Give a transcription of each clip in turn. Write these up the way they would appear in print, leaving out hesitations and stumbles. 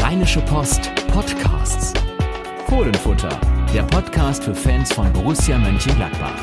Rheinische Post Podcasts. Fohlenfutter, der Podcast für Fans von Borussia Mönchengladbach.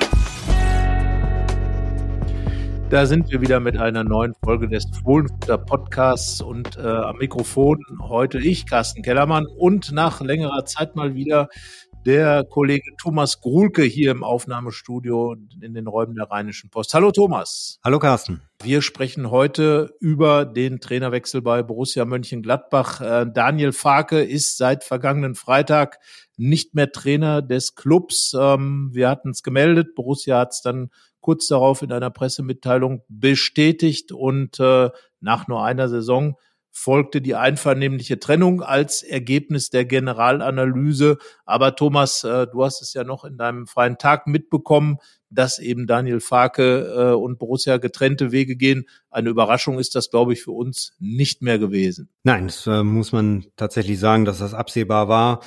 Da sind wir wieder mit einer neuen Folge des Fohlenfutter Podcasts und am Mikrofon heute ich, Carsten Kellermann, und nach längerer Zeit mal wieder der Kollege Thomas Gruhlke hier im Aufnahmestudio in den Räumen der Rheinischen Post. Hallo Thomas. Hallo Carsten. Wir sprechen heute über den Trainerwechsel bei Borussia Mönchengladbach. Daniel Farke ist seit vergangenen Freitag nicht mehr Trainer des Clubs. Wir hatten es gemeldet, Borussia hat es dann kurz darauf in einer Pressemitteilung bestätigt und nach nur einer Saison folgte die einvernehmliche Trennung als Ergebnis der Generalanalyse. Aber Thomas, du hast es ja noch in deinem freien Tag mitbekommen, dass eben Daniel Farke und Borussia getrennte Wege gehen. Eine Überraschung ist das, glaube ich, für uns nicht mehr gewesen. Nein, das muss man tatsächlich sagen, dass das absehbar war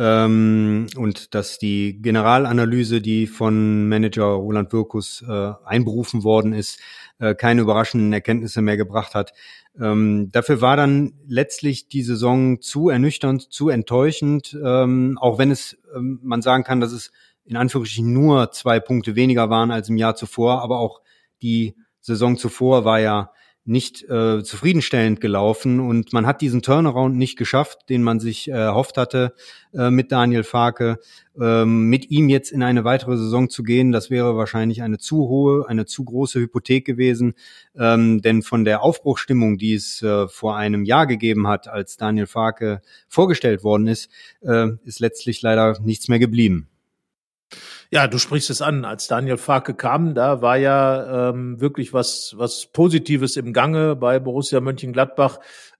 und dass die Generalanalyse, die von Manager Roland Wirkus einberufen worden ist, keine überraschenden Erkenntnisse mehr gebracht hat. Dafür war dann letztlich die Saison zu ernüchternd, zu enttäuschend, auch wenn es man sagen kann, dass es in Anführungsstrichen nur 2 Punkte weniger waren als im Jahr zuvor, aber auch die Saison zuvor war ja nicht zufriedenstellend gelaufen und man hat diesen Turnaround nicht geschafft, den man sich erhofft hatte mit Daniel Farke. Mit ihm jetzt in eine weitere Saison zu gehen, das wäre wahrscheinlich eine zu hohe, eine zu große Hypothek gewesen, denn von der Aufbruchsstimmung, die es vor einem Jahr gegeben hat, als Daniel Farke vorgestellt worden ist letztlich leider nichts mehr geblieben. Ja, du sprichst es an. Als Daniel Farke kam, da war ja wirklich was Positives im Gange bei Borussia Mönchengladbach.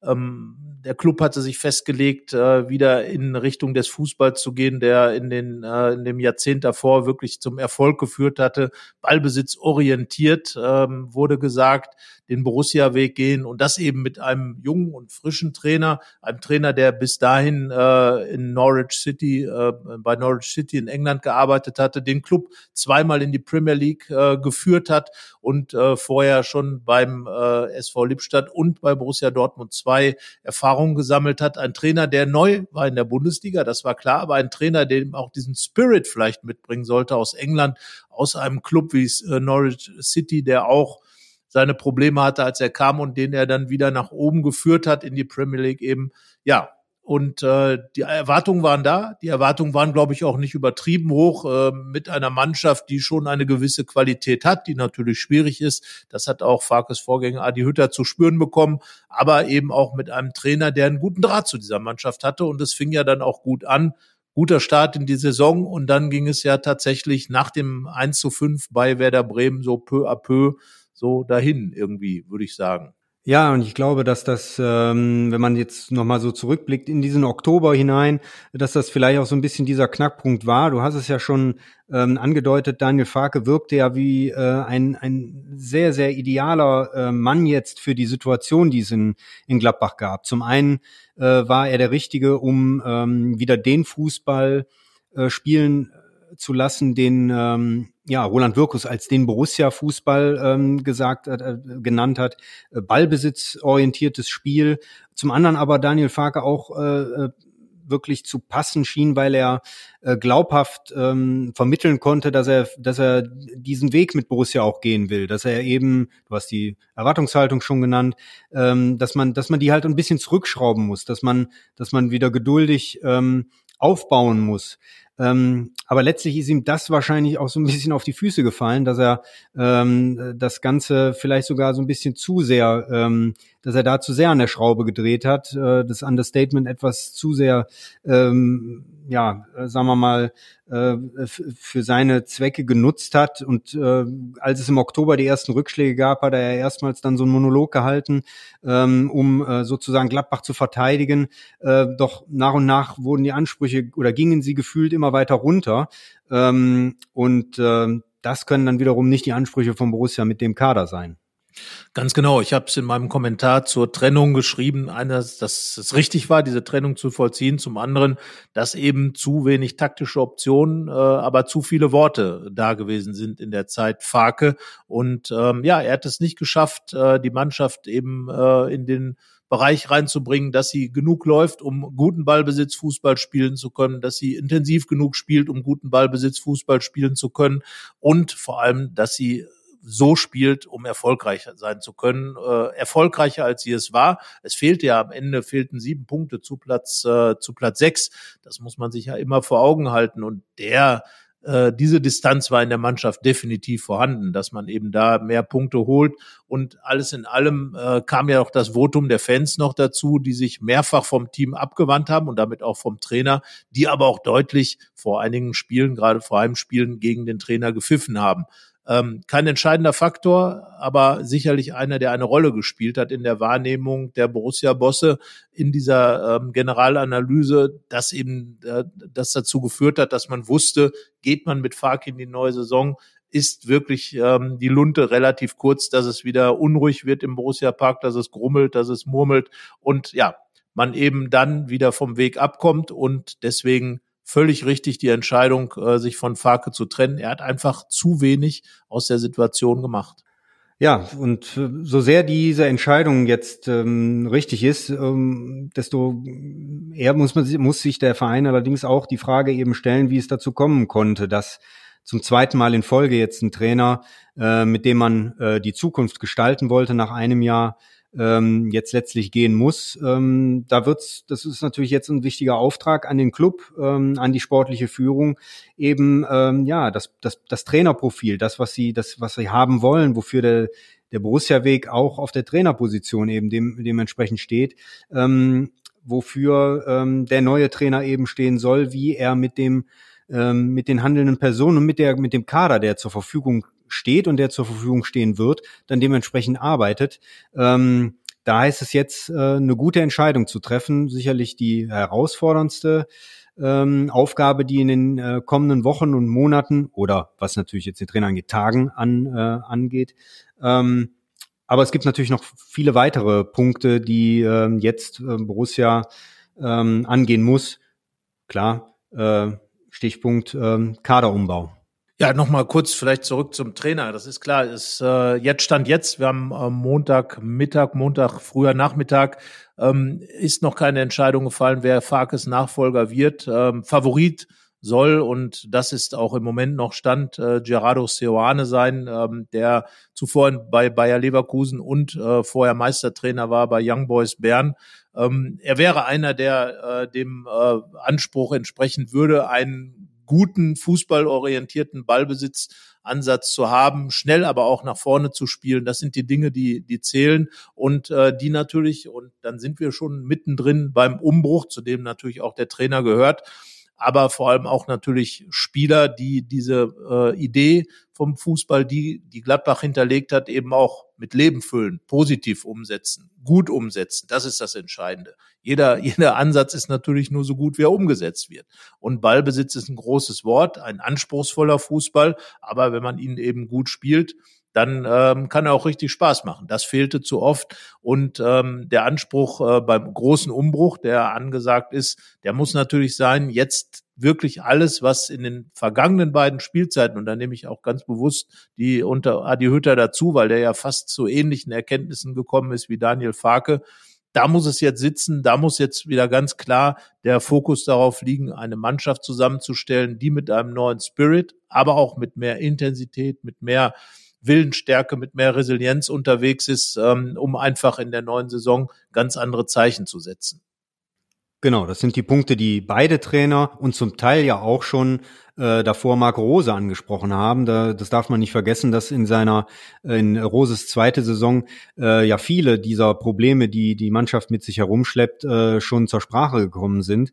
Der Club hatte sich festgelegt, wieder in Richtung des Fußballs zu gehen, der in dem Jahrzehnt davor wirklich zum Erfolg geführt hatte. Ballbesitz orientiert, wurde gesagt, den Borussia-Weg gehen und das eben mit einem jungen und frischen Trainer, einem Trainer, der bis dahin in Norwich City, bei Norwich City in England gearbeitet hatte, den Club zweimal in die Premier League geführt hat und vorher schon beim SV Lippstadt und bei Borussia Dortmund 2 Erfahrungen gesammelt hat. Ein Trainer, der neu war in der Bundesliga, das war klar, aber ein Trainer, der auch diesen Spirit vielleicht mitbringen sollte aus England, aus einem Club wie Norwich City, der auch seine Probleme hatte, als er kam und den er dann wieder nach oben geführt hat in die Premier League eben. Ja, und die Erwartungen waren da. Die Erwartungen waren, glaube ich, auch nicht übertrieben hoch mit einer Mannschaft, die schon eine gewisse Qualität hat, die natürlich schwierig ist. Das hat auch Farkes Vorgänger Adi Hütter zu spüren bekommen, aber eben auch mit einem Trainer, der einen guten Draht zu dieser Mannschaft hatte. Und es fing ja dann auch gut an. Guter Start in die Saison und dann ging es ja tatsächlich nach dem 1:5 bei Werder Bremen so peu à peu so dahin irgendwie, würde ich sagen. Ja, und ich glaube, dass das, wenn man jetzt nochmal so zurückblickt in diesen Oktober hinein, dass das vielleicht auch so ein bisschen dieser Knackpunkt war. Du hast es ja schon angedeutet, Daniel Farke wirkte ja wie ein sehr, sehr idealer Mann jetzt für die Situation, die es in Gladbach gab. Zum einen war er der Richtige, um wieder den Fußball spielen zu lassen, den Roland Wirkus als den Borussia-Fußball genannt hat, ballbesitzorientiertes Spiel. Zum anderen aber Daniel Farke auch wirklich zu passen schien, weil er glaubhaft vermitteln konnte, dass er diesen Weg mit Borussia auch gehen will, dass er eben, du hast die Erwartungshaltung schon genannt, dass man die halt ein bisschen zurückschrauben muss, dass man wieder geduldig aufbauen muss. Aber letztlich ist ihm das wahrscheinlich auch so ein bisschen auf die Füße gefallen, dass er das Ganze vielleicht sogar so ein bisschen zu sehr, dass er da zu sehr an der Schraube gedreht hat, das Understatement etwas zu sehr, sagen wir mal, für seine Zwecke genutzt hat. Und als es im Oktober die ersten Rückschläge gab, hat er erstmals dann so einen Monolog gehalten, um sozusagen Gladbach zu verteidigen. Doch nach und nach wurden die Ansprüche oder gingen sie gefühlt immer weiter runter. Das können dann wiederum nicht die Ansprüche von Borussia mit dem Kader sein. Ganz genau. Ich habe es in meinem Kommentar zur Trennung geschrieben, dass es richtig war, diese Trennung zu vollziehen. Zum anderen, dass eben zu wenig taktische Optionen, aber zu viele Worte da gewesen sind in der Zeit Farke. Und er hat es nicht geschafft, die Mannschaft eben in den Bereich reinzubringen, dass sie genug läuft, um guten Ballbesitz Fußball spielen zu können, dass sie intensiv genug spielt, um guten Ballbesitz Fußball spielen zu können und vor allem, dass sie so spielt, um erfolgreich sein zu können, erfolgreicher als sie es war. Es fehlte ja am Ende, fehlten 7 Punkte zu Platz 6. Das muss man sich ja immer vor Augen halten und diese Distanz war in der Mannschaft definitiv vorhanden, dass man eben da mehr Punkte holt und alles in allem kam ja auch das Votum der Fans noch dazu, die sich mehrfach vom Team abgewandt haben und damit auch vom Trainer, die aber auch deutlich vor einigen Spielen, gerade vor Heimspielen, gegen den Trainer gepfiffen haben. Kein entscheidender Faktor, aber sicherlich einer, der eine Rolle gespielt hat in der Wahrnehmung der Borussia-Bosse in dieser Generalanalyse, dass eben das dazu geführt hat, dass man wusste, geht man mit Farke in die neue Saison, ist wirklich die Lunte relativ kurz, dass es wieder unruhig wird im Borussia-Park, dass es grummelt, dass es murmelt und ja, man eben dann wieder vom Weg abkommt und deswegen völlig richtig die Entscheidung, sich von Farke zu trennen. Er hat einfach zu wenig aus der Situation gemacht. Ja, und so sehr diese Entscheidung jetzt richtig ist, desto eher muss sich der Verein allerdings auch die Frage eben stellen, wie es dazu kommen konnte, dass zum zweiten Mal in Folge jetzt ein Trainer, mit dem man die Zukunft gestalten wollte, nach einem Jahr jetzt letztlich gehen muss. Das ist natürlich jetzt ein wichtiger Auftrag an den Club, an die sportliche Führung, eben das Trainerprofil, das was sie haben wollen, wofür der Borussia-Weg auch auf der Trainerposition eben dementsprechend steht, wofür der neue Trainer eben stehen soll, wie er mit den handelnden Personen und mit dem Kader, der zur Verfügung steht und der zur Verfügung stehen wird, dann dementsprechend arbeitet. Da heißt es jetzt, eine gute Entscheidung zu treffen, sicherlich die herausforderndste Aufgabe, die in den kommenden Wochen und Monaten oder was natürlich jetzt den Trainer angeht, Tagen angeht. Aber es gibt natürlich noch viele weitere Punkte, die jetzt Borussia angehen muss. Klar, Stichpunkt Kaderumbau. Ja, nochmal kurz vielleicht zurück zum Trainer. Das ist klar, Stand jetzt, wir haben Montag früher Nachmittag, ist noch keine Entscheidung gefallen, wer Farkes Nachfolger wird. Favorit soll, und das ist auch im Moment noch Stand, Gerardo Seoane sein, der zuvor bei Bayer Leverkusen und vorher Meistertrainer war bei Young Boys Bern. Er wäre einer, der dem Anspruch entsprechen würde, einen guten, fußballorientierten Ballbesitzansatz zu haben, schnell aber auch nach vorne zu spielen. Das sind die Dinge, die zählen und die natürlich, und dann sind wir schon mittendrin beim Umbruch, zu dem natürlich auch der Trainer gehört, aber vor allem auch natürlich Spieler, die diese Idee vom Fußball, die Gladbach hinterlegt hat, eben auch mit Leben füllen, positiv umsetzen, gut umsetzen. Das ist das Entscheidende. Jeder Ansatz ist natürlich nur so gut, wie er umgesetzt wird. Und Ballbesitz ist ein großes Wort, ein anspruchsvoller Fußball, aber wenn man ihn eben gut spielt, dann kann er auch richtig Spaß machen. Das fehlte zu oft und der Anspruch beim großen Umbruch, der angesagt ist, der muss natürlich sein, jetzt wirklich alles, was in den vergangenen beiden Spielzeiten, und da nehme ich auch ganz bewusst die unter Adi Hütter dazu, weil der ja fast zu ähnlichen Erkenntnissen gekommen ist wie Daniel Farke, da muss es jetzt sitzen, da muss jetzt wieder ganz klar der Fokus darauf liegen, eine Mannschaft zusammenzustellen, die mit einem neuen Spirit, aber auch mit mehr Intensität, mit mehr Willensstärke, mit mehr Resilienz unterwegs ist, um einfach in der neuen Saison ganz andere Zeichen zu setzen. Genau, das sind die Punkte, die beide Trainer und zum Teil ja auch schon davor Marco Rose angesprochen haben. Das darf man nicht vergessen, dass in Roses zweite Saison ja viele dieser Probleme, die Mannschaft mit sich herumschleppt, schon zur Sprache gekommen sind.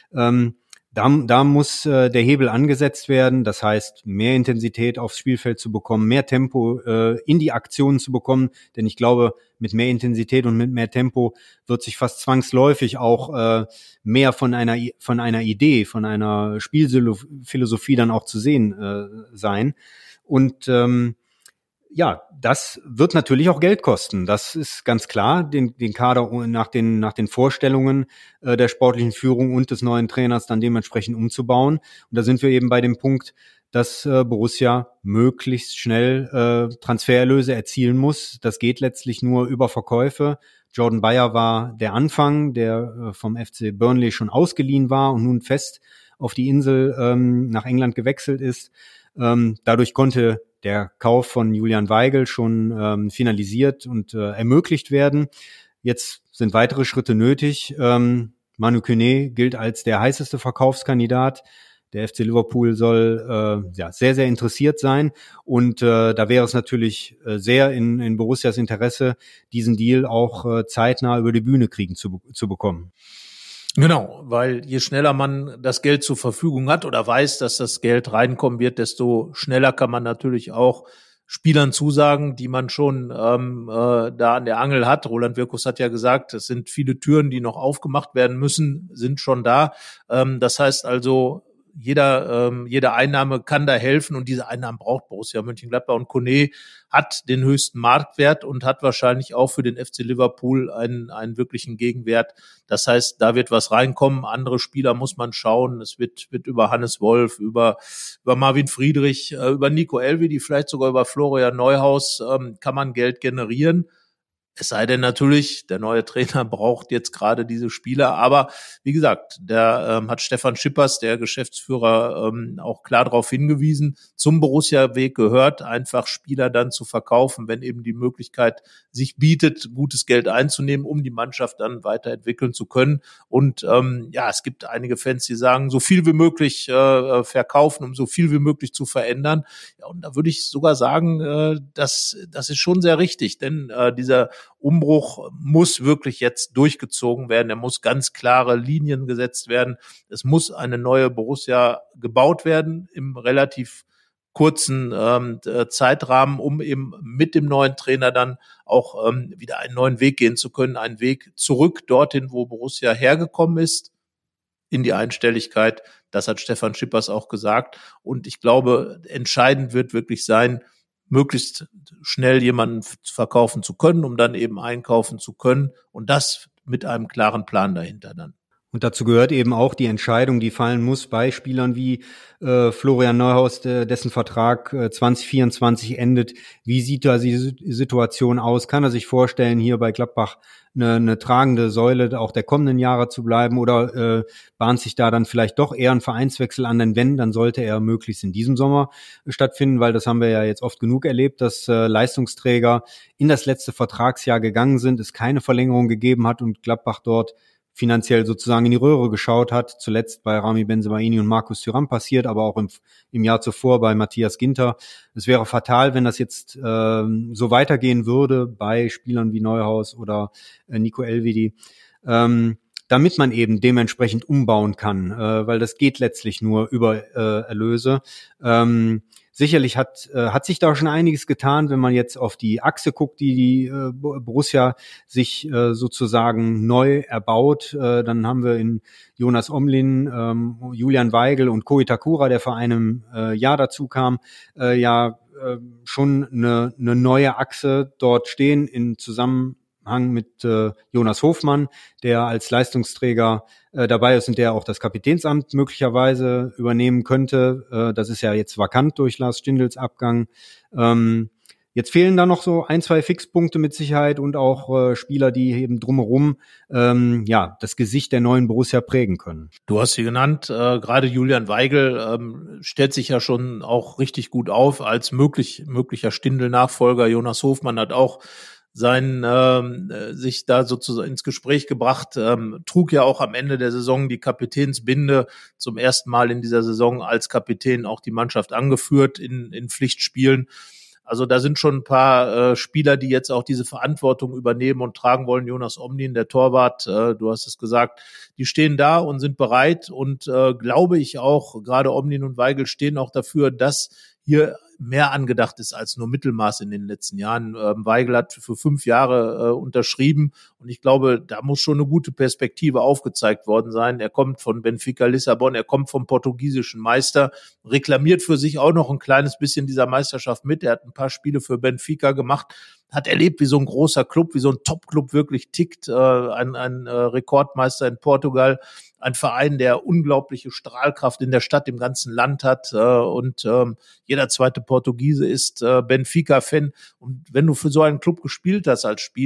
Da muss der Hebel angesetzt werden, das heißt, mehr Intensität aufs Spielfeld zu bekommen, mehr Tempo in die Aktionen zu bekommen, denn ich glaube, mit mehr Intensität und mit mehr Tempo wird sich fast zwangsläufig auch mehr von einer Idee, von einer Spielphilosophie dann auch zu sehen sein. Und ja, das wird natürlich auch Geld kosten. Das ist ganz klar, den Kader nach den Vorstellungen der sportlichen Führung und des neuen Trainers dann dementsprechend umzubauen. Und da sind wir eben bei dem Punkt, dass Borussia möglichst schnell Transfererlöse erzielen muss. Das geht letztlich nur über Verkäufe, Jordan Bayer war der Anfang, der vom FC Burnley schon ausgeliehen war und nun fest auf die Insel nach England gewechselt ist. Dadurch konnte der Kauf von Julian Weigl schon finalisiert und ermöglicht werden. Jetzt sind weitere Schritte nötig. Manu Koné gilt als der heißeste Verkaufskandidat. Der FC Liverpool soll sehr, sehr interessiert sein. Und da wäre es natürlich sehr in Borussias Interesse, diesen Deal auch zeitnah über die Bühne kriegen zu bekommen. Genau, weil je schneller man das Geld zur Verfügung hat oder weiß, dass das Geld reinkommen wird, desto schneller kann man natürlich auch Spielern zusagen, die man schon da an der Angel hat. Roland Wirkus hat ja gesagt, es sind viele Türen, die noch aufgemacht werden müssen, sind schon da. Das heißt also, jede Einnahme kann da helfen und diese Einnahmen braucht Borussia Mönchengladbach und Koné hat den höchsten Marktwert und hat wahrscheinlich auch für den FC Liverpool einen wirklichen Gegenwert. Das heißt, da wird was reinkommen. Andere Spieler muss man schauen. Es wird über Hannes Wolf, über Marvin Friedrich, über Nico Elvedi, vielleicht sogar über Florian Neuhaus kann man Geld generieren. Es sei denn natürlich, der neue Trainer braucht jetzt gerade diese Spieler. Aber wie gesagt, der hat Stefan Schippers, der Geschäftsführer, auch klar darauf hingewiesen, zum Borussia-Weg gehört, einfach Spieler dann zu verkaufen, wenn eben die Möglichkeit sich bietet, gutes Geld einzunehmen, um die Mannschaft dann weiterentwickeln zu können. Und es gibt einige Fans, die sagen, so viel wie möglich verkaufen, um so viel wie möglich zu verändern. Ja, und da würde ich sogar sagen, das ist schon sehr richtig, denn dieser Umbruch muss wirklich jetzt durchgezogen werden. Er muss ganz klare Linien gesetzt werden. Es muss eine neue Borussia gebaut werden im relativ kurzen Zeitrahmen, um eben mit dem neuen Trainer dann auch wieder einen neuen Weg gehen zu können. Einen Weg zurück dorthin, wo Borussia hergekommen ist, in die Einstelligkeit. Das hat Stefan Schippers auch gesagt. Und ich glaube, entscheidend wird wirklich sein, möglichst schnell jemanden verkaufen zu können, um dann eben einkaufen zu können und das mit einem klaren Plan dahinter dann. Und dazu gehört eben auch die Entscheidung, die fallen muss bei Spielern wie Florian Neuhaus, dessen Vertrag 2024 endet. Wie sieht da die Situation aus? Kann er sich vorstellen, hier bei Gladbach eine tragende Säule auch der kommenden Jahre zu bleiben oder bahnt sich da dann vielleicht doch eher ein Vereinswechsel an? Denn wenn, dann sollte er möglichst in diesem Sommer stattfinden, weil das haben wir ja jetzt oft genug erlebt, dass Leistungsträger in das letzte Vertragsjahr gegangen sind, es keine Verlängerung gegeben hat und Gladbach dort finanziell sozusagen in die Röhre geschaut hat, zuletzt bei Rami Benzemaini und Markus Thuram passiert, aber auch im Jahr zuvor bei Matthias Ginter. Es wäre fatal, wenn das jetzt so weitergehen würde bei Spielern wie Neuhaus oder Nico Elvedi, damit man eben dementsprechend umbauen kann, weil das geht letztlich nur über Erlöse. Sicherlich hat sich da schon einiges getan, wenn man jetzt auf die Achse guckt, die Borussia sich sozusagen neu erbaut. Dann haben wir in Jonas Omlin, Julian Weigl und Ko Itakura, der vor einem Jahr dazu kam, schon eine neue Achse dort stehen in Zusammenhang mit Jonas Hofmann, der als Leistungsträger dabei ist und der auch das Kapitänsamt möglicherweise übernehmen könnte. Das ist ja jetzt vakant durch Lars Stindls Abgang. Jetzt fehlen da noch so 1, 2 Fixpunkte mit Sicherheit und auch Spieler, die eben drumherum das Gesicht der neuen Borussia prägen können. Du hast sie genannt, gerade Julian Weigl stellt sich ja schon auch richtig gut auf als möglicher Stindl-Nachfolger. Jonas Hofmann hat auch sich da sozusagen ins Gespräch gebracht, trug ja auch am Ende der Saison die Kapitänsbinde, zum ersten Mal in dieser Saison als Kapitän auch die Mannschaft angeführt in Pflichtspielen. Also da sind schon ein paar Spieler, die jetzt auch diese Verantwortung übernehmen und tragen wollen. Jonas Omlin, der Torwart, du hast es gesagt, die stehen da und sind bereit und glaube ich auch, gerade Omlin und Weigl stehen auch dafür, dass hier mehr angedacht ist als nur Mittelmaß in den letzten Jahren. Weigl hat für 5 Jahre unterschrieben und ich glaube, da muss schon eine gute Perspektive aufgezeigt worden sein. Er kommt von Benfica Lissabon, er kommt vom portugiesischen Meister, reklamiert für sich auch noch ein kleines bisschen dieser Meisterschaft mit. Er hat ein paar Spiele für Benfica gemacht, hat erlebt, wie so ein großer Club, wie so ein Top-Club wirklich tickt, ein Rekordmeister in Portugal, ein Verein, der unglaubliche Strahlkraft in der Stadt, im ganzen Land hat und jeder zweite Portugiese ist Benfica-Fan. Und wenn du für so einen Club gespielt hast als Spieler,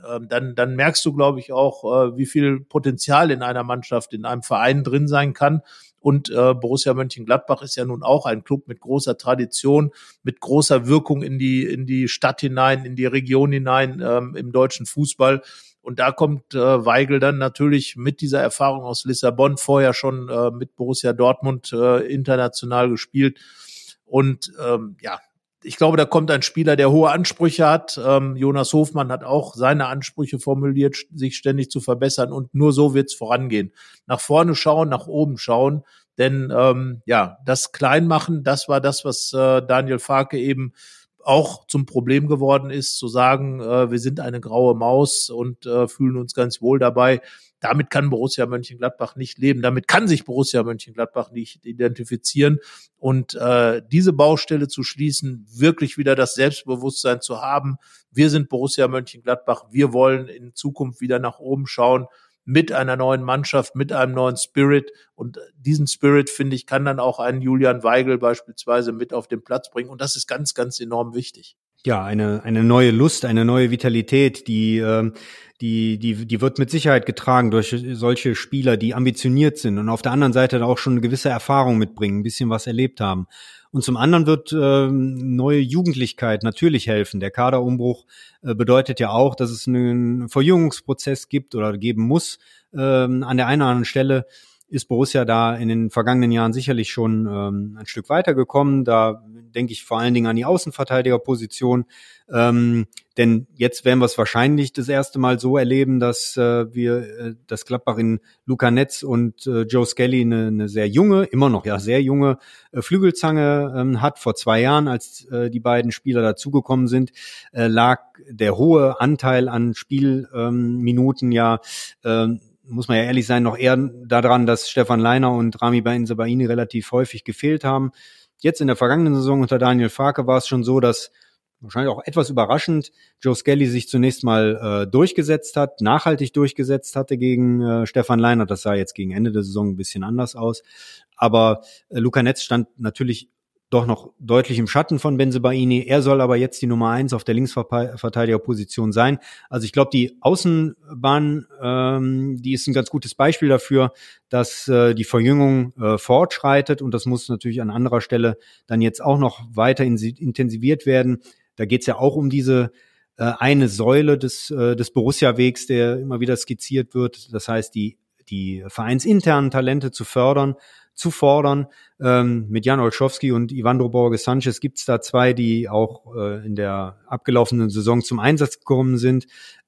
dann merkst du, glaube ich, auch, wie viel Potenzial in einer Mannschaft, in einem Verein drin sein kann. Und Borussia Mönchengladbach ist ja nun auch ein Club mit großer Tradition, mit großer Wirkung in die Stadt hinein, in die Region hinein, im deutschen Fußball. Und da kommt Weigl dann natürlich mit dieser Erfahrung aus Lissabon, vorher schon mit Borussia Dortmund international gespielt. Und ich glaube, da kommt ein Spieler, der hohe Ansprüche hat. Jonas Hofmann hat auch seine Ansprüche formuliert, sich ständig zu verbessern. Und nur so wird's vorangehen. Nach vorne schauen, nach oben schauen. Denn das Kleinmachen, das war das, was Daniel Farke eben auch zum Problem geworden ist, zu sagen, wir sind eine graue Maus und fühlen uns ganz wohl dabei. Damit kann Borussia Mönchengladbach nicht leben. Damit kann sich Borussia Mönchengladbach nicht identifizieren. Und diese Baustelle zu schließen, wirklich wieder das Selbstbewusstsein zu haben, wir sind Borussia Mönchengladbach, wir wollen in Zukunft wieder nach oben schauen, mit einer neuen Mannschaft, mit einem neuen Spirit. Und diesen Spirit, finde ich, kann dann auch ein Julian Weigl beispielsweise mit auf den Platz bringen. Und das ist ganz, ganz enorm wichtig. Ja, eine neue Lust, eine neue Vitalität, die wird mit Sicherheit getragen durch solche Spieler, die ambitioniert sind und auf der anderen Seite auch schon eine gewisse Erfahrung mitbringen, ein bisschen was erlebt haben. Und zum anderen wird neue Jugendlichkeit natürlich helfen. Der Kaderumbruch bedeutet ja auch, dass es einen Verjüngungsprozess gibt oder geben muss. An der einen oder anderen Stelle ist Borussia da in den vergangenen Jahren sicherlich schon ein Stück weitergekommen. Da denke ich vor allen Dingen an die Außenverteidigerposition. Denn jetzt werden wir es wahrscheinlich das erste Mal so erleben, dass das Gladbach in Luca Netz und Joe Skelly eine sehr junge, immer noch ja sehr junge Flügelzange hat. Vor 2 Jahren, als die beiden Spieler dazugekommen sind, lag der hohe Anteil an Spielminuten muss man ja ehrlich sein, noch eher daran, dass Stefan Leiner und Rami Bensebaini relativ häufig gefehlt haben. Jetzt in der vergangenen Saison unter Daniel Farke war es schon so, dass wahrscheinlich auch etwas überraschend Joe Skelly sich zunächst mal durchgesetzt hat, nachhaltig durchgesetzt hatte gegen Stefan Leiner. Das sah jetzt gegen Ende der Saison ein bisschen anders aus. Aber Luca Netz stand natürlich doch noch deutlich im Schatten von Bensebaini. Er soll aber jetzt die Nummer 1 auf der Linksverteidigerposition sein. Also ich glaube, die Außenbahn, die ist ein ganz gutes Beispiel dafür, dass die Verjüngung fortschreitet, und das muss natürlich an anderer Stelle dann jetzt auch noch weiter intensiviert werden. Da geht es ja auch um diese eine Säule des Borussia-Wegs, der immer wieder skizziert wird. Das heißt, die vereinsinternen Talente zu fördern, zu fordern. Mit Jan Olszewski und Ivandro Borges Sanchez gibt's da 2, die auch in der abgelaufenen Saison zum Einsatz gekommen sind.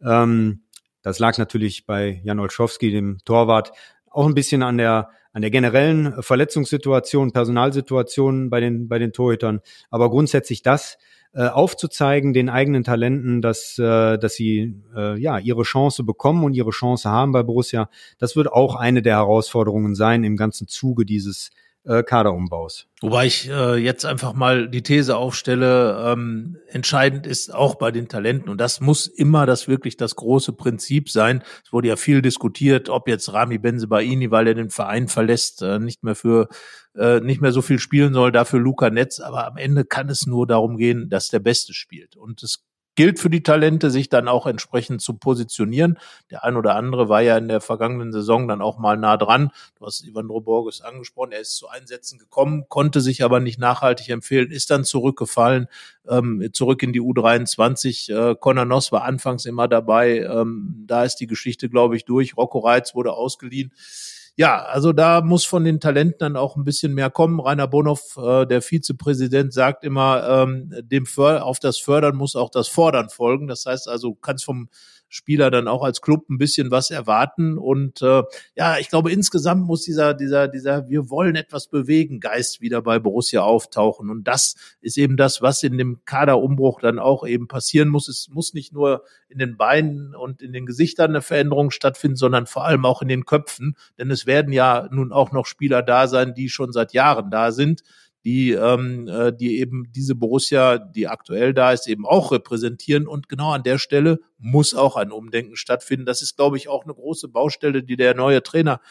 Das lag natürlich bei Jan Olszewski, dem Torwart, auch ein bisschen an der generellen Verletzungssituation, Personalsituation bei den Torhütern. Aber grundsätzlich das aufzuzeigen, den eigenen Talenten, dass sie ihre Chance bekommen und ihre Chance haben bei Borussia, das wird auch eine der Herausforderungen sein im ganzen Zuge dieses Kaderumbaus. Wobei ich jetzt einfach mal die These aufstelle, entscheidend ist auch bei den Talenten, und das muss immer wirklich das große Prinzip sein. Es wurde ja viel diskutiert, ob jetzt Rami Bensebaini, weil er den Verein verlässt, nicht mehr so viel spielen soll, dafür Luca Netz, aber am Ende kann es nur darum gehen, dass der Beste spielt. Und es gilt für die Talente, sich dann auch entsprechend zu positionieren. Der ein oder andere war ja in der vergangenen Saison dann auch mal nah dran. Du hast Ivandro Borges angesprochen, er ist zu Einsätzen gekommen, konnte sich aber nicht nachhaltig empfehlen, ist dann zurückgefallen, zurück in die U23. Conor Noss war anfangs immer dabei. Da ist die Geschichte, glaube ich, durch. Rocco Reitz wurde ausgeliehen. Ja, also da muss von den Talenten dann auch ein bisschen mehr kommen. Rainer Bonhoff, der Vizepräsident, sagt immer, auf das Fördern muss auch das Fordern folgen. Das heißt also, du kannst vom Spieler dann auch als Club ein bisschen was erwarten. Und ich glaube, insgesamt muss dieser wir wollen etwas bewegen Geist wieder bei Borussia auftauchen. Und das ist eben das, was in dem Kaderumbruch dann auch eben passieren muss. Es muss nicht nur in den Beinen und in den Gesichtern eine Veränderung stattfinden, sondern vor allem auch in den Köpfen. Denn es werden ja nun auch noch Spieler da sein, die schon seit Jahren da sind, die eben diese Borussia, die aktuell da ist, eben auch repräsentieren. Und genau an der Stelle muss auch ein Umdenken stattfinden. Das ist, glaube ich, auch eine große Baustelle, die der neue Trainer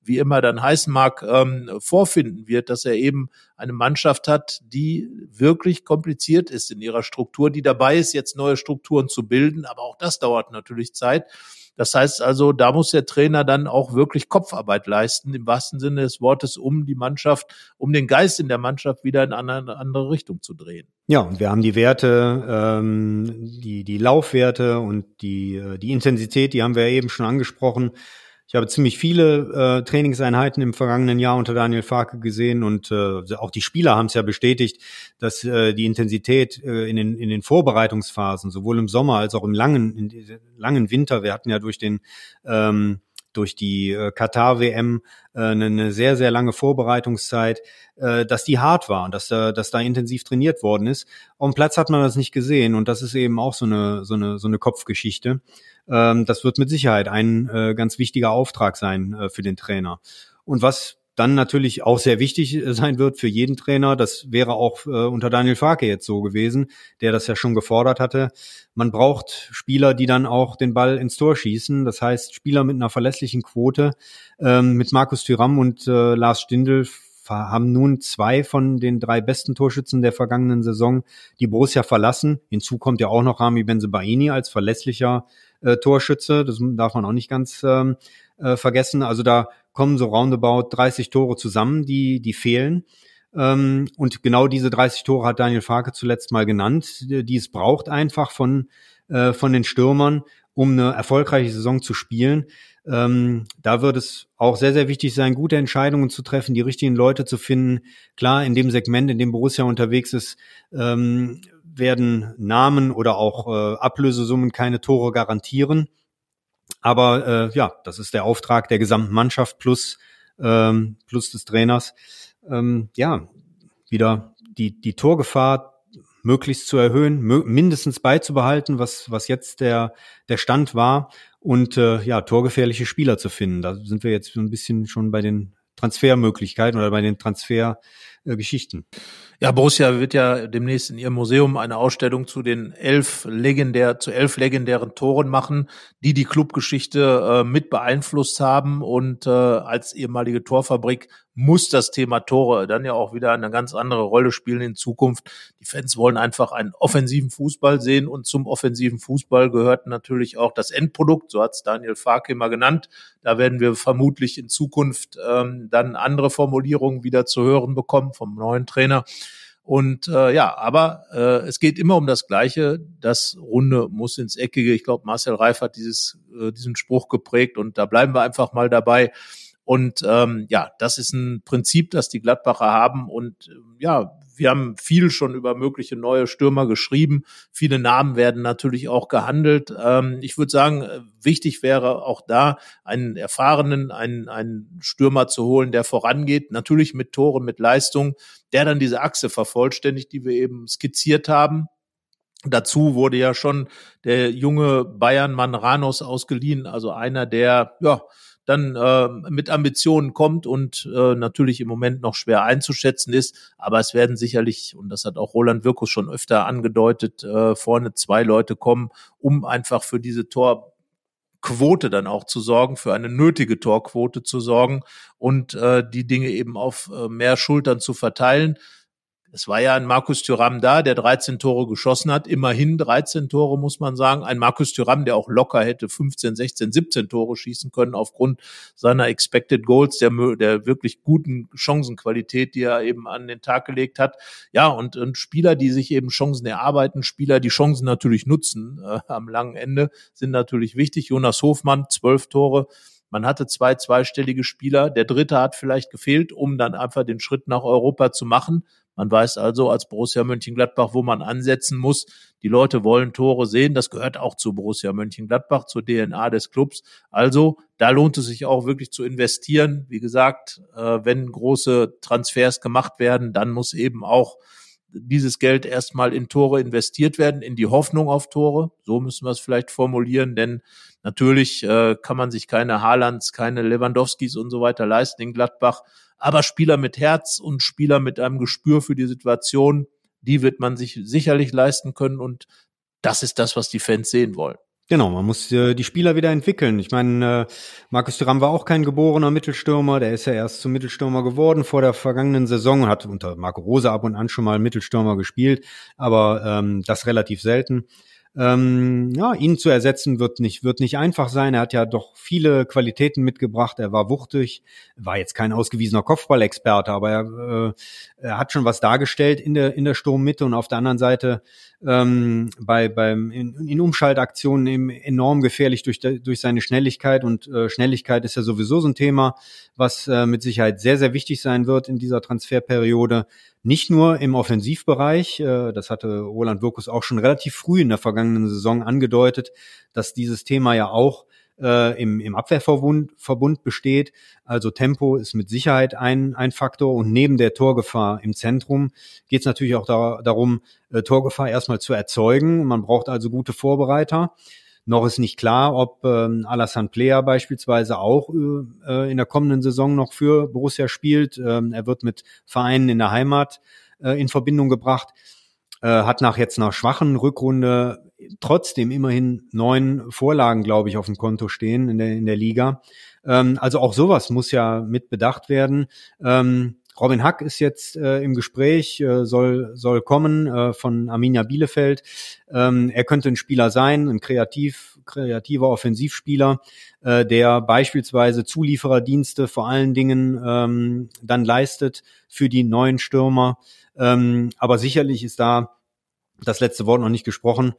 wie immer dann heißen mag, vorfinden wird, dass er eben eine Mannschaft hat, die wirklich kompliziert ist in ihrer Struktur, die dabei ist, jetzt neue Strukturen zu bilden. Aber auch das dauert natürlich Zeit. Das heißt also, da muss der Trainer dann auch wirklich Kopfarbeit leisten, im wahrsten Sinne des Wortes, um die Mannschaft, um den Geist in der Mannschaft wieder in eine andere Richtung zu drehen. Ja, und wir haben die Werte, die Laufwerte und die Intensität, die haben wir eben schon angesprochen. Ich habe ziemlich viele Trainingseinheiten im vergangenen Jahr unter Daniel Farke gesehen und auch die Spieler haben es ja bestätigt, dass die Intensität in den Vorbereitungsphasen, sowohl im Sommer als auch im langen Winter, wir hatten ja durch die Katar-WM eine sehr, sehr lange Vorbereitungszeit, dass die hart war und dass da intensiv trainiert worden ist. Auf dem Platz hat man das nicht gesehen und das ist eben auch so eine Kopfgeschichte. Das wird mit Sicherheit ein ganz wichtiger Auftrag sein für den Trainer. Und was dann natürlich auch sehr wichtig sein wird für jeden Trainer, das wäre auch unter Daniel Farke jetzt so gewesen, der das ja schon gefordert hatte. Man braucht Spieler, die dann auch den Ball ins Tor schießen. Das heißt, Spieler mit einer verlässlichen Quote. Mit Markus Thuram und Lars Stindl haben nun 2 von den 3 besten Torschützen der vergangenen Saison die Borussia verlassen. Hinzu kommt ja auch noch Rami Bensebaini als verlässlicher Torschütze. Das darf man auch nicht ganz vergessen. Also da kommen so roundabout 30 Tore zusammen, die fehlen. Und genau diese 30 Tore hat Daniel Farke zuletzt mal genannt, die es braucht einfach von den Stürmern, um eine erfolgreiche Saison zu spielen. Da wird es auch sehr, sehr wichtig sein, gute Entscheidungen zu treffen, die richtigen Leute zu finden. Klar, in dem Segment, in dem Borussia unterwegs ist, werden Namen oder auch Ablösesummen keine Tore garantieren. Aber das ist der Auftrag der gesamten Mannschaft plus des Trainers. Wieder die Torgefahr möglichst zu erhöhen, mindestens beizubehalten, was jetzt der Stand war und torgefährliche Spieler zu finden. Da sind wir jetzt so ein bisschen schon bei den Transfermöglichkeiten oder bei den Transfergeschichten. Ja, Borussia wird ja demnächst in ihrem Museum eine Ausstellung zu den 11 legendären Toren machen, die Clubgeschichte mit beeinflusst haben. Und als ehemalige Torfabrik muss das Thema Tore dann ja auch wieder eine ganz andere Rolle spielen in Zukunft. Die Fans wollen einfach einen offensiven Fußball sehen und zum offensiven Fußball gehört natürlich auch das Endprodukt, so hat es Daniel Farke immer genannt. Da werden wir vermutlich in Zukunft dann andere Formulierungen wieder zu hören bekommen vom neuen Trainer. Und aber es geht immer um das Gleiche. Das Runde muss ins Eckige. Ich glaube, Marcel Reif hat diesen Spruch geprägt und da bleiben wir einfach mal dabei. Und das ist ein Prinzip, das die Gladbacher haben. Und wir haben viel schon über mögliche neue Stürmer geschrieben. Viele Namen werden natürlich auch gehandelt. Ich würde sagen, wichtig wäre auch da, einen erfahrenen, einen Stürmer zu holen, der vorangeht. Natürlich mit Toren, mit Leistung, der dann diese Achse vervollständigt, die wir eben skizziert haben. Dazu wurde ja schon der junge Bayern-Mann Ranos ausgeliehen, also einer, der dann mit Ambitionen kommt und natürlich im Moment noch schwer einzuschätzen ist. Aber es werden sicherlich, und das hat auch Roland Wirkus schon öfter angedeutet, vorne 2 Leute kommen, um einfach für diese Torquote dann auch zu sorgen, für eine nötige Torquote zu sorgen und die Dinge eben auf mehr Schultern zu verteilen. Es war ja ein Markus Thuram da, der 13 Tore geschossen hat. Immerhin 13 Tore, muss man sagen. Ein Markus Thuram, der auch locker hätte 15, 16, 17 Tore schießen können aufgrund seiner Expected Goals, der wirklich guten Chancenqualität, die er eben an den Tag gelegt hat. Ja, und Spieler, die sich eben Chancen erarbeiten, Spieler, die Chancen natürlich nutzen am langen Ende, sind natürlich wichtig. Jonas Hofmann, 12 Tore. Man hatte 2 zweistellige Spieler. Der dritte hat vielleicht gefehlt, um dann einfach den Schritt nach Europa zu machen. Man weiß also als Borussia Mönchengladbach, wo man ansetzen muss. Die Leute wollen Tore sehen. Das gehört auch zu Borussia Mönchengladbach, zur DNA des Clubs. Also da lohnt es sich auch wirklich zu investieren. Wie gesagt, wenn große Transfers gemacht werden, dann muss eben auch dieses Geld erstmal in Tore investiert werden, in die Hoffnung auf Tore. So müssen wir es vielleicht formulieren, denn natürlich kann man sich keine Haalands, keine Lewandowskis und so weiter leisten in Gladbach. Aber Spieler mit Herz und Spieler mit einem Gespür für die Situation, die wird man sich sicherlich leisten können und das ist das, was die Fans sehen wollen. Genau, man muss die Spieler wieder entwickeln. Ich meine, Markus Thuram war auch kein geborener Mittelstürmer, der ist ja erst zum Mittelstürmer geworden vor der vergangenen Saison und hat unter Marco Rose ab und an schon mal Mittelstürmer gespielt, aber das relativ selten. Ihn zu ersetzen wird nicht einfach sein. Er hat ja doch viele Qualitäten mitgebracht. Er war wuchtig, war jetzt kein ausgewiesener Kopfballexperte, aber er hat schon was dargestellt in der Sturmmitte und auf der anderen Seite in Umschaltaktionen eben enorm gefährlich durch seine Schnelligkeit und Schnelligkeit ist ja sowieso so ein Thema, was mit Sicherheit sehr, sehr wichtig sein wird in dieser Transferperiode. Nicht nur im Offensivbereich, das hatte Roland Wirkus auch schon relativ früh in der vergangenen Saison angedeutet, dass dieses Thema ja auch im Abwehrverbund besteht. Also Tempo ist mit Sicherheit ein Faktor und neben der Torgefahr im Zentrum geht es natürlich auch darum, Torgefahr erstmal zu erzeugen. Man braucht also gute Vorbereiter. Noch ist nicht klar, ob Alassane Plea beispielsweise auch in der kommenden Saison noch für Borussia spielt. Er wird mit Vereinen in der Heimat in Verbindung gebracht, hat nach schwachen Rückrunde trotzdem immerhin 9 Vorlagen, glaube ich, auf dem Konto stehen in der Liga. Also auch sowas muss ja mit bedacht werden. Robin Hack ist jetzt im Gespräch, soll kommen von Arminia Bielefeld. Er könnte ein Spieler sein, ein kreativer Offensivspieler, der beispielsweise Zuliefererdienste vor allen Dingen dann leistet für die neuen Stürmer. Aber sicherlich ist da das letzte Wort noch nicht gesprochen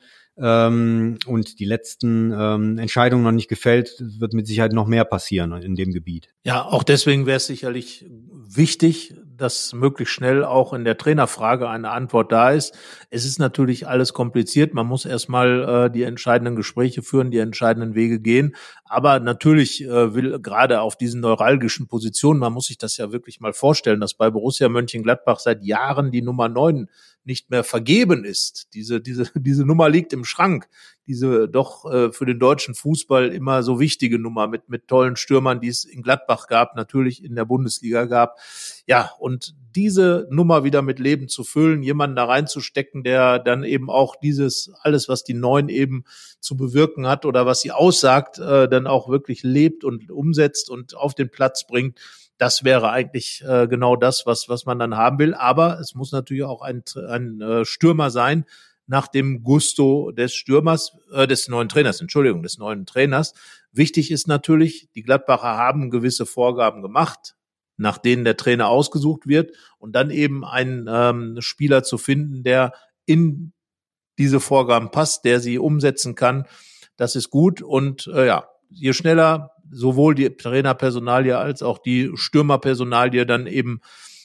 und die letzten Entscheidungen noch nicht gefällt. Es wird mit Sicherheit noch mehr passieren in dem Gebiet. Ja, auch deswegen wäre es sicherlich wichtig, dass möglichst schnell auch in der Trainerfrage eine Antwort da ist. Es ist natürlich alles kompliziert. Man muss erstmal die entscheidenden Gespräche führen, die entscheidenden Wege gehen. Aber natürlich will gerade auf diesen neuralgischen Positionen, man muss sich das ja wirklich mal vorstellen, dass bei Borussia Mönchengladbach seit Jahren die Nummer 9 nicht mehr vergeben ist. Diese Nummer liegt im Schrank. Diese doch für den deutschen Fußball immer so wichtige Nummer mit tollen Stürmern, die es in Gladbach gab, natürlich in der Bundesliga gab. Ja, und diese Nummer wieder mit Leben zu füllen, jemanden da reinzustecken, der dann eben auch dieses, alles, was die Neuen eben zu bewirken hat oder was sie aussagt, dann auch wirklich lebt und umsetzt und auf den Platz bringt. Das wäre eigentlich genau das, was man dann haben will. Aber es muss natürlich auch ein Stürmer sein, nach dem Gusto des neuen Trainers. Wichtig ist natürlich, die Gladbacher haben gewisse Vorgaben gemacht, nach denen der Trainer ausgesucht wird und dann eben einen Spieler zu finden, der in diese Vorgaben passt, der sie umsetzen kann. Das ist gut und je schneller sowohl die Trainerpersonalie als auch die Stürmerpersonalie dann eben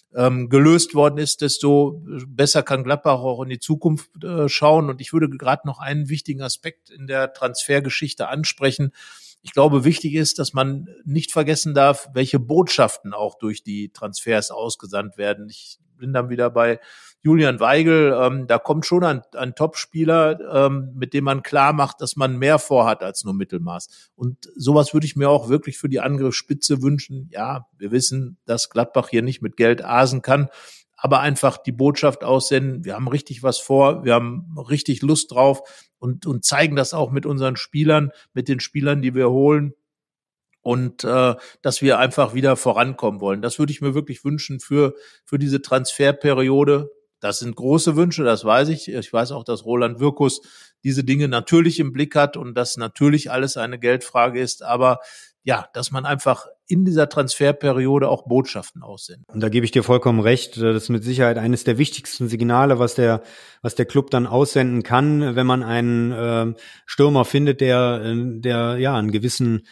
gelöst worden ist, desto besser kann Gladbach auch in die Zukunft schauen. Und ich würde gerade noch einen wichtigen Aspekt in der Transfergeschichte ansprechen. Ich glaube, wichtig ist, dass man nicht vergessen darf, welche Botschaften auch durch die Transfers ausgesandt werden. Ich bin dann wieder bei Julian Weigl. Da kommt schon ein Topspieler, mit dem man klar macht, dass man mehr vorhat als nur Mittelmaß. Und sowas würde ich mir auch wirklich für die Angriffsspitze wünschen. Ja, wir wissen, dass Gladbach hier nicht mit Geld asen kann, aber einfach die Botschaft aussenden, wir haben richtig was vor, wir haben richtig Lust drauf und zeigen das auch mit unseren Spielern, mit den Spielern, die wir holen. Und dass wir einfach wieder vorankommen wollen. Das würde ich mir wirklich wünschen für diese Transferperiode. Das sind große Wünsche, das weiß ich. Ich weiß auch, dass Roland Wirkus diese Dinge natürlich im Blick hat und dass natürlich alles eine Geldfrage ist. Aber ja, dass man einfach in dieser Transferperiode auch Botschaften aussendet. Und da gebe ich dir vollkommen recht. Das ist mit Sicherheit eines der wichtigsten Signale, was der Club dann aussenden kann, wenn man einen Stürmer findet, der einen gewissen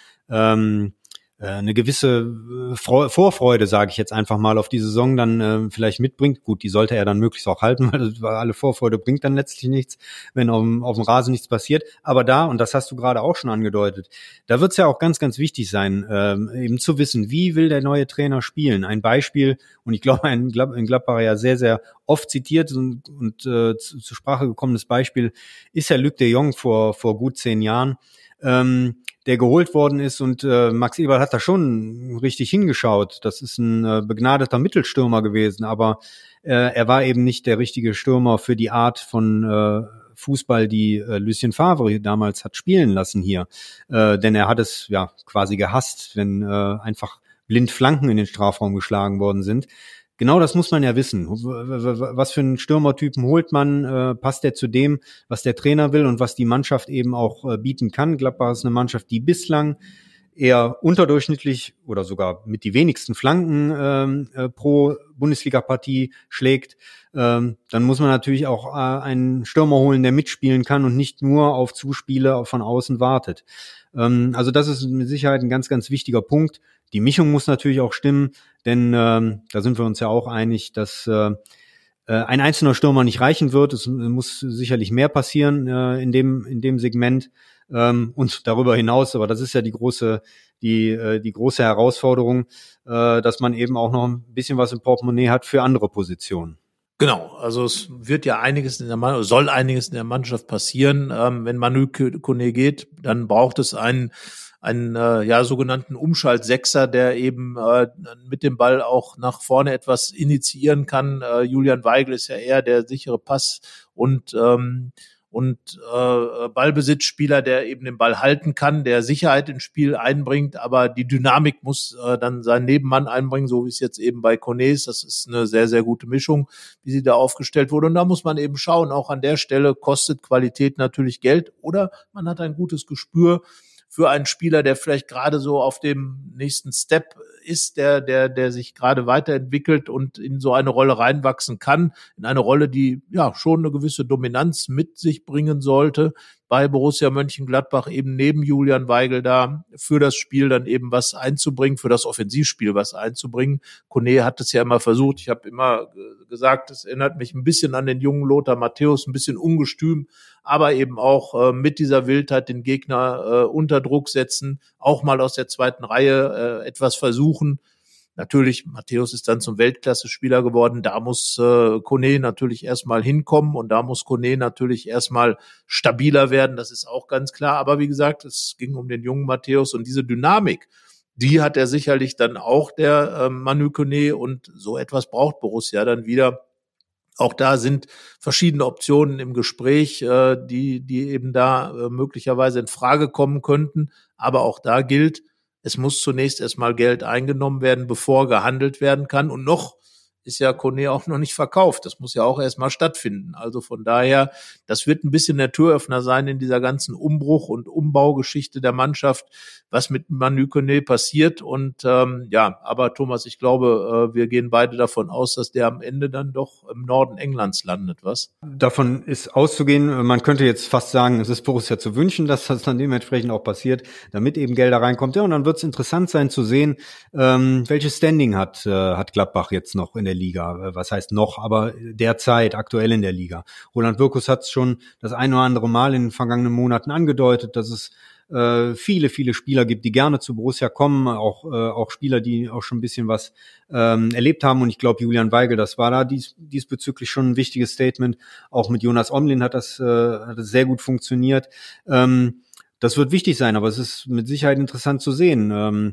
eine gewisse Vorfreude, sage ich jetzt einfach mal, auf die Saison dann vielleicht mitbringt. Gut, die sollte er dann möglichst auch halten, weil alle Vorfreude bringt dann letztlich nichts, wenn auf dem Rasen nichts passiert. Aber da, und das hast du gerade auch schon angedeutet, da wird es ja auch ganz, ganz wichtig sein, eben zu wissen, wie will der neue Trainer spielen. Ein Beispiel, und ich glaube, ein Gladbacher ja sehr, sehr oft zitiert und zur Sprache gekommenes Beispiel ist ja Luc de Jong vor gut 10 Jahren, der geholt worden ist und Max Eberl hat da schon richtig hingeschaut. Das ist ein begnadeter Mittelstürmer gewesen, aber er war eben nicht der richtige Stürmer für die Art von Fußball, die Lucien Favre damals hat spielen lassen hier. Denn er hat es ja quasi gehasst, wenn einfach blind Flanken in den Strafraum geschlagen worden sind. Genau das muss man ja wissen. Was für einen Stürmertypen holt man? Passt der zu dem, was der Trainer will und was die Mannschaft eben auch bieten kann? Gladbach ist eine Mannschaft, die bislang eher unterdurchschnittlich oder sogar mit die wenigsten Flanken pro Bundesliga-Partie schlägt. Dann muss man natürlich auch einen Stürmer holen, der mitspielen kann und nicht nur auf Zuspiele von außen wartet. Also das ist mit Sicherheit ein ganz, ganz wichtiger Punkt. Die Mischung muss natürlich auch stimmen, denn da sind wir uns ja auch einig, dass ein einzelner Stürmer nicht reichen wird. Es muss sicherlich mehr passieren in dem Segment und darüber hinaus. Aber das ist ja die große Herausforderung, dass man eben auch noch ein bisschen was im Portemonnaie hat für andere Positionen. Genau, also es wird ja soll einiges in der Mannschaft passieren. Wenn Manu Koné geht, dann braucht es einen sogenannten Umschalt-Sechser, der eben mit dem Ball auch nach vorne etwas initiieren kann. Julian Weigl ist ja eher der sichere Pass und Ballbesitzspieler, der eben den Ball halten kann, der Sicherheit ins Spiel einbringt, aber die Dynamik muss dann seinen Nebenmann einbringen, so wie es jetzt eben bei Koné ist. Das ist eine sehr, sehr gute Mischung, wie sie da aufgestellt wurde. Und da muss man eben schauen, auch an der Stelle kostet Qualität natürlich Geld oder man hat ein gutes Gespür für einen Spieler, der vielleicht gerade so auf dem nächsten Step ist, der sich gerade weiterentwickelt und in so eine Rolle reinwachsen kann, in eine Rolle, die ja schon eine gewisse Dominanz mit sich bringen sollte. Bei Borussia Mönchengladbach eben neben Julian Weigl da für das Spiel dann eben was einzubringen, für das Offensivspiel was einzubringen. Koné hat es ja immer versucht. Ich habe immer gesagt, es erinnert mich ein bisschen an den jungen Lothar Matthäus, ein bisschen ungestüm, aber eben auch mit dieser Wildheit den Gegner unter Druck setzen, auch mal aus der zweiten Reihe etwas versuchen. Natürlich, Matthäus ist dann zum Weltklasse-Spieler geworden. Da muss Koné natürlich erstmal hinkommen und da muss Koné natürlich erstmal stabiler werden. Das ist auch ganz klar. Aber wie gesagt, es ging um den jungen Matthäus und diese Dynamik, die hat er sicherlich dann auch, der Manu Koné. Und so etwas braucht Borussia dann wieder. Auch da sind verschiedene Optionen im Gespräch, die eben da möglicherweise in Frage kommen könnten. Aber auch da gilt, es muss zunächst erstmal Geld eingenommen werden, bevor gehandelt werden kann. Und noch ist ja Koné auch noch nicht verkauft. Das muss ja auch erstmal stattfinden. Also von daher, das wird ein bisschen der Türöffner sein in dieser ganzen Umbruch- und Umbaugeschichte der Mannschaft, was mit Manu Koné passiert. Und aber Thomas, ich glaube, wir gehen beide davon aus, dass der am Ende dann doch im Norden Englands landet, was? Davon ist auszugehen. Man könnte jetzt fast sagen, es ist Borussia zu wünschen, dass das dann dementsprechend auch passiert, damit eben Gelder reinkommt. Ja, und dann wird es interessant sein zu sehen, welches Standing hat Gladbach jetzt noch in der Liga. Was heißt noch, aber derzeit aktuell in der Liga. Roland Wirkus hat es schon das ein oder andere Mal in den vergangenen Monaten angedeutet, dass es viele, viele Spieler gibt, die gerne zu Borussia kommen, auch Spieler, die auch schon ein bisschen was erlebt haben. Und ich glaube, Julian Weigl, das war da diesbezüglich schon ein wichtiges Statement. Auch mit Jonas Omlin hat das sehr gut funktioniert. Das wird wichtig sein, aber es ist mit Sicherheit interessant zu sehen,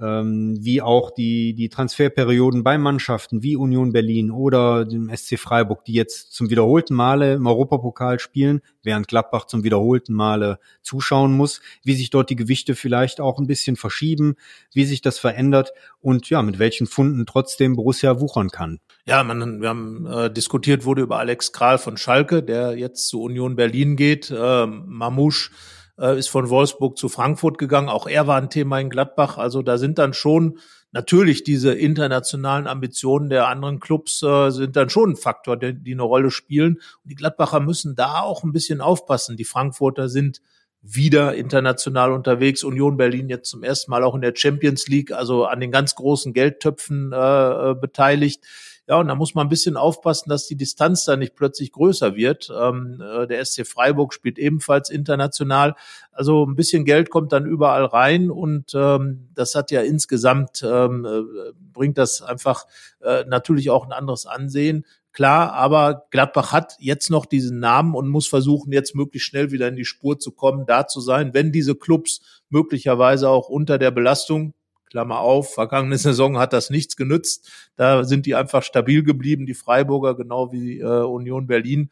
wie auch die Transferperioden bei Mannschaften wie Union Berlin oder dem SC Freiburg, die jetzt zum wiederholten Male im Europapokal spielen, während Gladbach zum wiederholten Male zuschauen muss, wie sich dort die Gewichte vielleicht auch ein bisschen verschieben, wie sich das verändert und ja, mit welchen Funden trotzdem Borussia wuchern kann. Ja, wir haben diskutiert wurde über Alex Kral von Schalke, der jetzt zu Union Berlin geht, Mamouche ist von Wolfsburg zu Frankfurt gegangen. Auch er war ein Thema in Gladbach. Also da sind dann schon natürlich diese internationalen Ambitionen der anderen Clubs sind dann schon ein Faktor, die eine Rolle spielen. Und die Gladbacher müssen da auch ein bisschen aufpassen. Die Frankfurter sind wieder international unterwegs. Union Berlin jetzt zum ersten Mal auch in der Champions League, also an den ganz großen Geldtöpfen beteiligt. Ja, und da muss man ein bisschen aufpassen, dass die Distanz da nicht plötzlich größer wird. Der SC Freiburg spielt ebenfalls international. Also ein bisschen Geld kommt dann überall rein und das hat ja insgesamt, bringt das einfach natürlich auch ein anderes Ansehen. Klar, aber Gladbach hat jetzt noch diesen Namen und muss versuchen, jetzt möglichst schnell wieder in die Spur zu kommen, da zu sein, wenn diese Clubs möglicherweise auch unter der Belastung, Klammer auf, vergangene Saison hat das nichts genützt. Da sind die einfach stabil geblieben, die Freiburger, genau wie Union Berlin.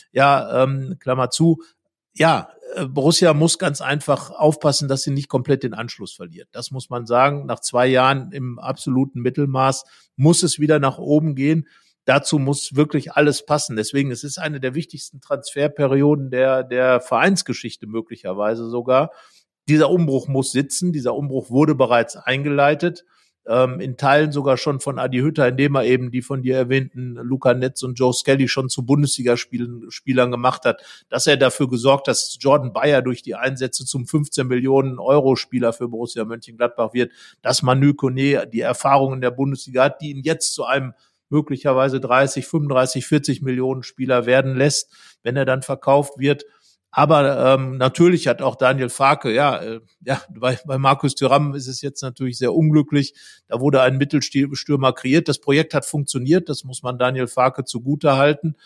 Ja, Klammer zu. Ja, Borussia muss ganz einfach aufpassen, dass sie nicht komplett den Anschluss verliert. Das muss man sagen. Nach 2 Jahren im absoluten Mittelmaß muss es wieder nach oben gehen. Dazu muss wirklich alles passen. Deswegen, es ist eine der wichtigsten Transferperioden der Vereinsgeschichte möglicherweise sogar. Dieser Umbruch muss sitzen. Dieser Umbruch wurde bereits eingeleitet. In Teilen sogar schon von Adi Hütter, indem er eben die von dir erwähnten Luca Netz und Joe Skelly schon zu Bundesligaspielern gemacht hat, dass er dafür gesorgt hat, dass Jordan Bayer durch die Einsätze zum 15 Millionen Euro Spieler für Borussia Mönchengladbach wird, dass Manu Koné die Erfahrung in der Bundesliga hat, die ihn jetzt zu einem möglicherweise 30, 35, 40 Millionen Spieler werden lässt, wenn er dann verkauft wird. Aber natürlich hat auch Daniel Farke, bei Markus Thuram ist es jetzt natürlich sehr unglücklich. Da wurde ein Mittelstürmer kreiert. Das Projekt hat funktioniert, das muss man Daniel Farke zugutehalten.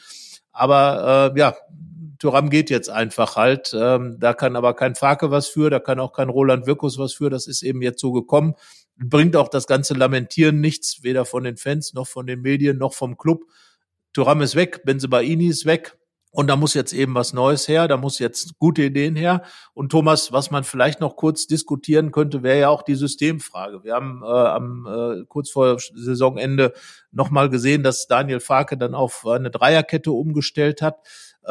Aber Thuram geht jetzt einfach halt. Da kann aber kein Farke was für, da kann auch kein Roland Wirkus was für. Das ist eben jetzt so gekommen. Bringt auch das ganze Lamentieren nichts, weder von den Fans noch von den Medien noch vom Club. Thuram ist weg, Bensebaini ist weg. Und da muss jetzt eben was Neues her, da muss jetzt gute Ideen her. Und Thomas, was man vielleicht noch kurz diskutieren könnte, wäre ja auch die Systemfrage. Wir haben kurz vor Saisonende nochmal gesehen, dass Daniel Farke dann auf eine Dreierkette umgestellt hat.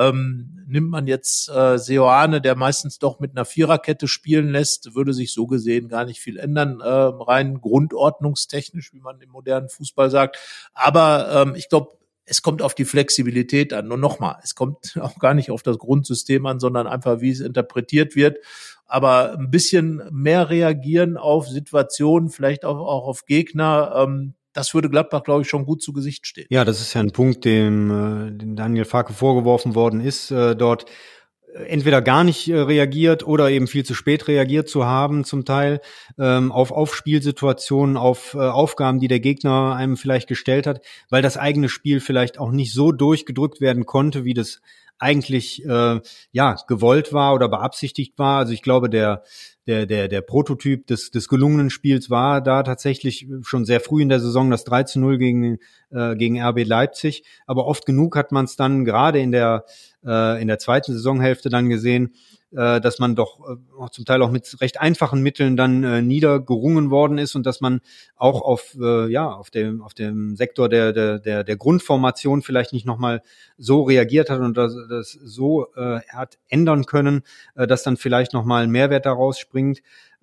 Nimmt man jetzt Seoane, der meistens doch mit einer Viererkette spielen lässt, würde sich so gesehen gar nicht viel ändern, rein grundordnungstechnisch, wie man im modernen Fußball sagt. Aber ich glaube, es kommt auf die Flexibilität an. Und nochmal, es kommt auch gar nicht auf das Grundsystem an, sondern einfach, wie es interpretiert wird. Aber ein bisschen mehr reagieren auf Situationen, vielleicht auch auf Gegner, das würde Gladbach, glaube ich, schon gut zu Gesicht stehen. Ja, das ist ja ein Punkt, dem Daniel Farke vorgeworfen worden ist, dort entweder gar nicht reagiert oder eben viel zu spät reagiert zu haben, zum Teil auf Spielsituationen, auf Aufgaben, die der Gegner einem vielleicht gestellt hat, weil das eigene Spiel vielleicht auch nicht so durchgedrückt werden konnte, wie das eigentlich gewollt war oder beabsichtigt war. Also ich glaube, der Prototyp des gelungenen Spiels war da tatsächlich schon sehr früh in der Saison das 3:0 gegen RB Leipzig. Aber oft genug hat man es dann gerade in der zweiten Saisonhälfte dann gesehen, dass man doch zum Teil auch mit recht einfachen Mitteln dann niedergerungen worden ist und dass man auch auf dem Sektor der Grundformation vielleicht nicht nochmal so reagiert hat und das so hat ändern können, dass dann vielleicht nochmal ein Mehrwert daraus springt.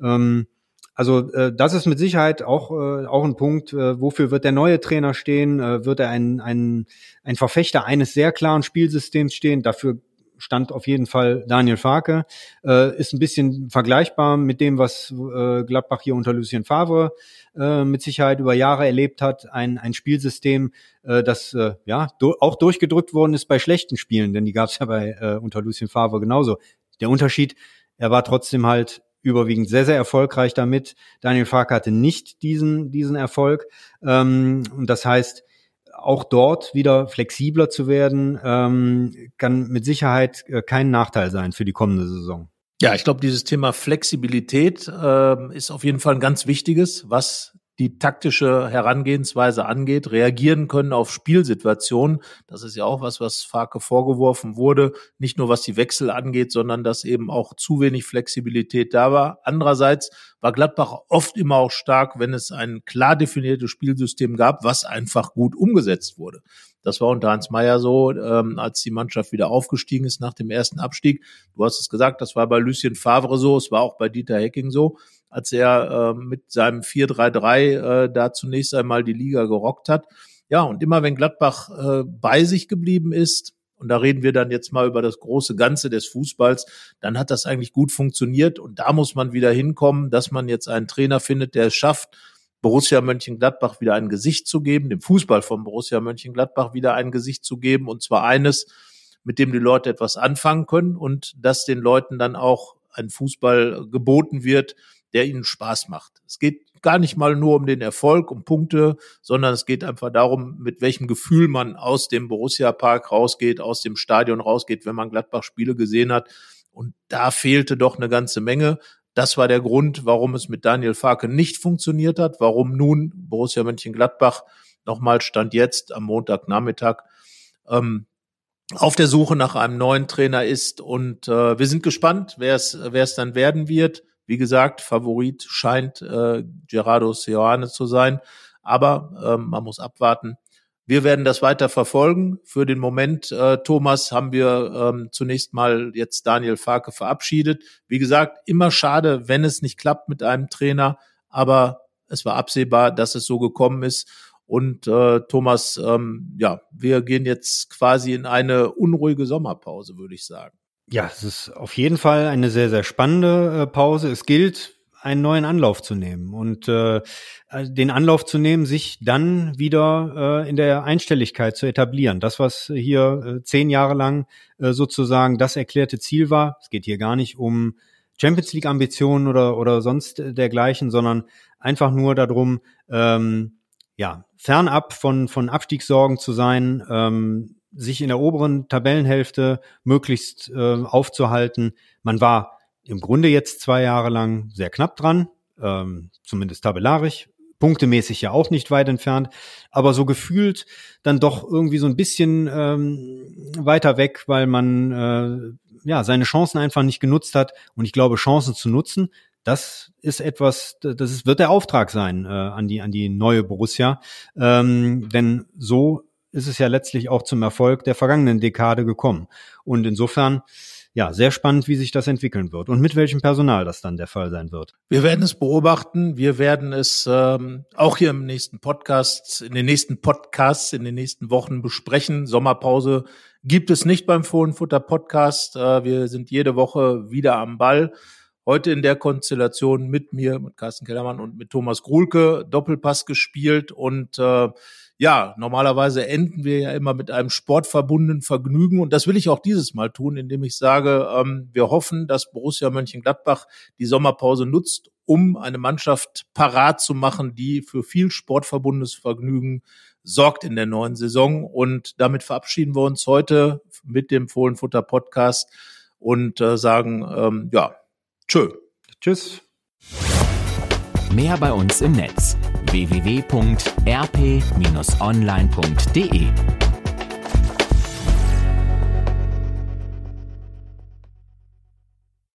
Also das ist mit Sicherheit auch ein Punkt, wofür wird der neue Trainer stehen? Wird er ein Verfechter eines sehr klaren Spielsystems stehen? Dafür stand auf jeden Fall Daniel Farke. Ist ein bisschen vergleichbar mit dem, was Gladbach hier unter Lucien Favre mit Sicherheit über Jahre erlebt hat. Ein Spielsystem, das auch durchgedrückt worden ist bei schlechten Spielen, denn die gab es ja unter Lucien Favre genauso. Der Unterschied, er war trotzdem halt überwiegend sehr, sehr erfolgreich damit. Daniel Farke hatte nicht diesen Erfolg. Und das heißt, auch dort wieder flexibler zu werden, kann mit Sicherheit kein Nachteil sein für die kommende Saison. Ja, ich glaube, dieses Thema Flexibilität ist auf jeden Fall ein ganz wichtiges, was die taktische Herangehensweise angeht, reagieren können auf Spielsituationen. Das ist ja auch was Farke vorgeworfen wurde, nicht nur was die Wechsel angeht, sondern dass eben auch zu wenig Flexibilität da war. Andererseits war Gladbach oft immer auch stark, wenn es ein klar definiertes Spielsystem gab, was einfach gut umgesetzt wurde. Das war unter Hans Meyer so, als die Mannschaft wieder aufgestiegen ist nach dem ersten Abstieg. Du hast es gesagt, das war bei Lucien Favre so, es war auch bei Dieter Hecking so, als er mit seinem 4-3-3 da zunächst einmal die Liga gerockt hat. Ja, und immer wenn Gladbach bei sich geblieben ist, und da reden wir dann jetzt mal über das große Ganze des Fußballs, dann hat das eigentlich gut funktioniert. Und da muss man wieder hinkommen, dass man jetzt einen Trainer findet, der es schafft, Borussia Mönchengladbach wieder ein Gesicht zu geben, dem Fußball von Borussia Mönchengladbach wieder ein Gesicht zu geben, und zwar eines, mit dem die Leute etwas anfangen können und dass den Leuten dann auch ein Fußball geboten wird, der ihnen Spaß macht. Es geht gar nicht mal nur um den Erfolg, um Punkte, sondern es geht einfach darum, mit welchem Gefühl man aus dem Borussia-Park rausgeht, aus dem Stadion rausgeht, wenn man Gladbach-Spiele gesehen hat. Und da fehlte doch eine ganze Menge. Das war der Grund, warum es mit Daniel Farke nicht funktioniert hat, warum nun Borussia Mönchengladbach nochmal Stand jetzt am Montagnachmittag auf der Suche nach einem neuen Trainer ist. Und wir sind gespannt, wer es dann werden wird. Wie gesagt, Favorit scheint Gerardo Seoane zu sein. Aber man muss abwarten. Wir werden das weiter verfolgen. Für den Moment, Thomas, haben wir zunächst mal jetzt Daniel Farke verabschiedet. Wie gesagt, immer schade, wenn es nicht klappt mit einem Trainer. Aber es war absehbar, dass es so gekommen ist. Und Thomas, wir gehen jetzt quasi in eine unruhige Sommerpause, würde ich sagen. Ja, es ist auf jeden Fall eine sehr, sehr spannende Pause. Es gilt, einen neuen Anlauf zu nehmen und den Anlauf zu nehmen, sich dann wieder in der Einstelligkeit zu etablieren. Das, was hier 10 Jahre lang sozusagen das erklärte Ziel war. Es geht hier gar nicht um Champions League Ambitionen oder sonst dergleichen, sondern einfach nur darum, fernab von Abstiegssorgen zu sein, sich in der oberen Tabellenhälfte möglichst aufzuhalten. Man war im Grunde jetzt 2 Jahre lang sehr knapp dran, zumindest tabellarisch, punktemäßig ja auch nicht weit entfernt, aber so gefühlt dann doch irgendwie so ein bisschen weiter weg, weil man seine Chancen einfach nicht genutzt hat. Und ich glaube, Chancen zu nutzen, das ist etwas, wird der Auftrag sein an die neue Borussia, denn so ist es ja letztlich auch zum Erfolg der vergangenen Dekade gekommen. Und insofern, ja, sehr spannend, wie sich das entwickeln wird und mit welchem Personal das dann der Fall sein wird. Wir werden es beobachten. Wir werden es auch hier in den nächsten Podcasts, in den nächsten Wochen besprechen. Sommerpause gibt es nicht beim Fohlenfutter Podcast. Wir sind jede Woche wieder am Ball. Heute in der Konstellation mit mir, mit Carsten Kellermann und mit Thomas Gruhlke, Doppelpass gespielt und normalerweise enden wir ja immer mit einem sportverbundenen Vergnügen und das will ich auch dieses Mal tun, indem ich sage, wir hoffen, dass Borussia Mönchengladbach die Sommerpause nutzt, um eine Mannschaft parat zu machen, die für viel sportverbundenes Vergnügen sorgt in der neuen Saison. Und damit verabschieden wir uns heute mit dem Fohlenfutter Podcast und sagen, tschö. Tschüss. Mehr bei uns im Netz: www.rp-online.de